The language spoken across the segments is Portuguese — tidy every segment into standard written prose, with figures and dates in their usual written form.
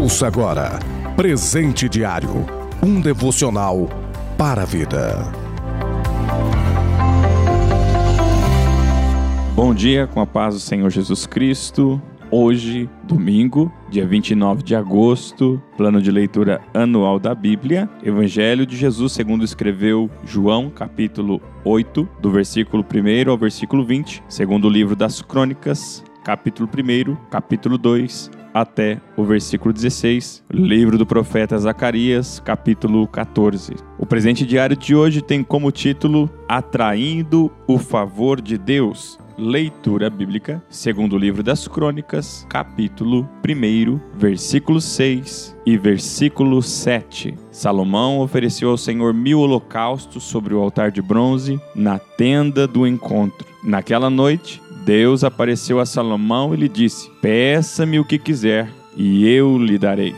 Ouça agora Presente Diário, um devocional para a vida. Bom dia, com a paz do Senhor Jesus Cristo. Hoje, domingo, dia 29 de agosto, plano de leitura anual da Bíblia, Evangelho de Jesus segundo escreveu João, capítulo 8, do versículo 1 ao versículo 20, segundo o livro das Crônicas, capítulo 1, capítulo 2, até o versículo 16, livro do profeta Zacarias, capítulo 14. O presente diário de hoje tem como título Atraindo o Favor de Deus. Leitura bíblica, segundo o livro das Crônicas, capítulo 1, versículo 6 e versículo 7. Salomão ofereceu ao Senhor 1000 holocaustos sobre o altar de bronze na tenda do encontro. Naquela noite, Deus apareceu a Salomão e lhe disse: peça-me o que quiser e eu lhe darei.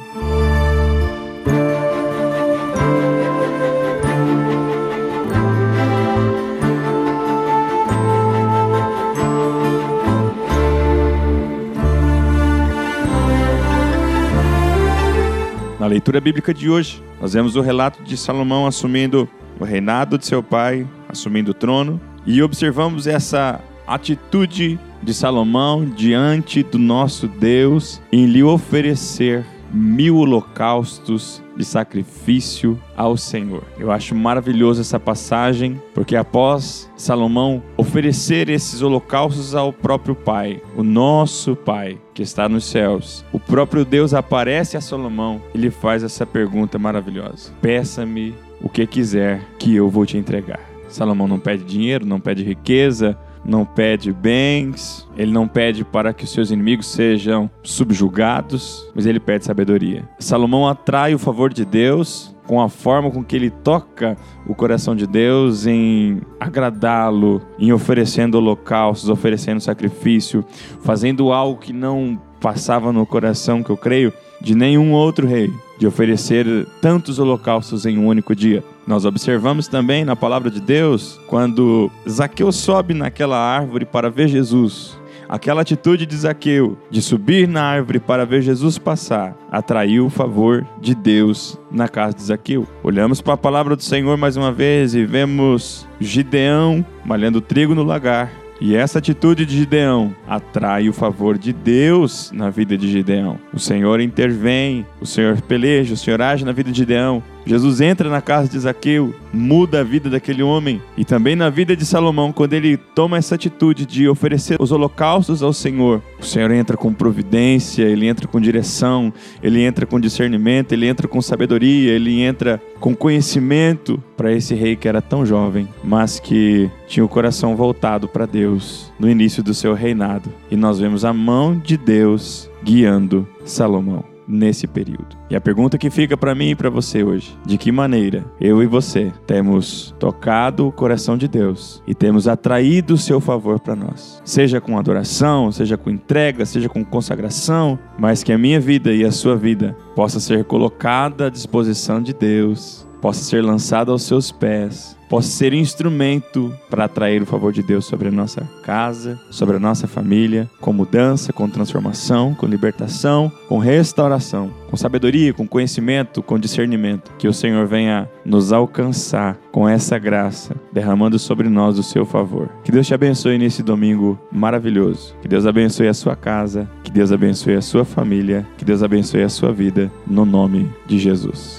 Na leitura bíblica de hoje, nós vemos o relato de Salomão assumindo o reinado de seu pai, assumindo o trono, e observamos essa atitude de Salomão diante do nosso Deus em lhe oferecer 1000 holocaustos de sacrifício ao Senhor. Eu acho maravilhoso essa passagem, porque após Salomão oferecer esses holocaustos ao próprio Pai, o nosso Pai que está nos céus, o próprio Deus aparece a Salomão e lhe faz essa pergunta maravilhosa: peça-me o que quiser que eu vou te entregar. Salomão não pede dinheiro, não pede riqueza, não pede bens, ele não pede para que os seus inimigos sejam subjugados, mas ele pede sabedoria. Salomão atrai o favor de Deus com a forma com que ele toca o coração de Deus em agradá-lo, em oferecendo holocaustos, oferecendo sacrifício, fazendo algo que não passava no coração, que eu creio, de nenhum outro rei, de oferecer tantos holocaustos em um único dia. Nós observamos também na palavra de Deus, quando Zaqueu sobe naquela árvore para ver Jesus, aquela atitude de Zaqueu, de subir na árvore para ver Jesus passar, atraiu o favor de Deus na casa de Zaqueu. Olhamos para a palavra do Senhor mais uma vez e vemos Gideão malhando trigo no lagar. E essa atitude de Gideão atrai o favor de Deus na vida de Gideão. O Senhor intervém, o Senhor peleja, o Senhor age na vida de Gideão. Jesus entra na casa de Zaqueu, muda a vida daquele homem. E também na vida de Salomão, quando ele toma essa atitude de oferecer os holocaustos ao Senhor, o Senhor entra com providência, ele entra com direção, ele entra com discernimento, ele entra com sabedoria, ele entra com conhecimento para esse rei que era tão jovem, mas que tinha o coração voltado para Deus no início do seu reinado. E nós vemos a mão de Deus guiando Salomão nesse período. E a pergunta que fica para mim e para você hoje: de que maneira eu e você temos tocado o coração de Deus e temos atraído o seu favor para nós? Seja com adoração, seja com entrega, seja com consagração, mas que a minha vida e a sua vida possa ser colocada à disposição de Deus, possa ser lançada aos seus pés, possa ser instrumento para atrair o favor de Deus sobre a nossa casa, sobre a nossa família, com mudança, com transformação, com libertação, com restauração, com sabedoria, com conhecimento, com discernimento. Que o Senhor venha nos alcançar com essa graça, derramando sobre nós o seu favor. Que Deus te abençoe nesse domingo maravilhoso. Que Deus abençoe a sua casa, que Deus abençoe a sua família, que Deus abençoe a sua vida, no nome de Jesus.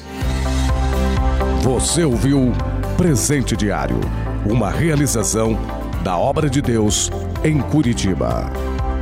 Você ouviu Presente Diário, uma realização da Obra de Deus em Curitiba.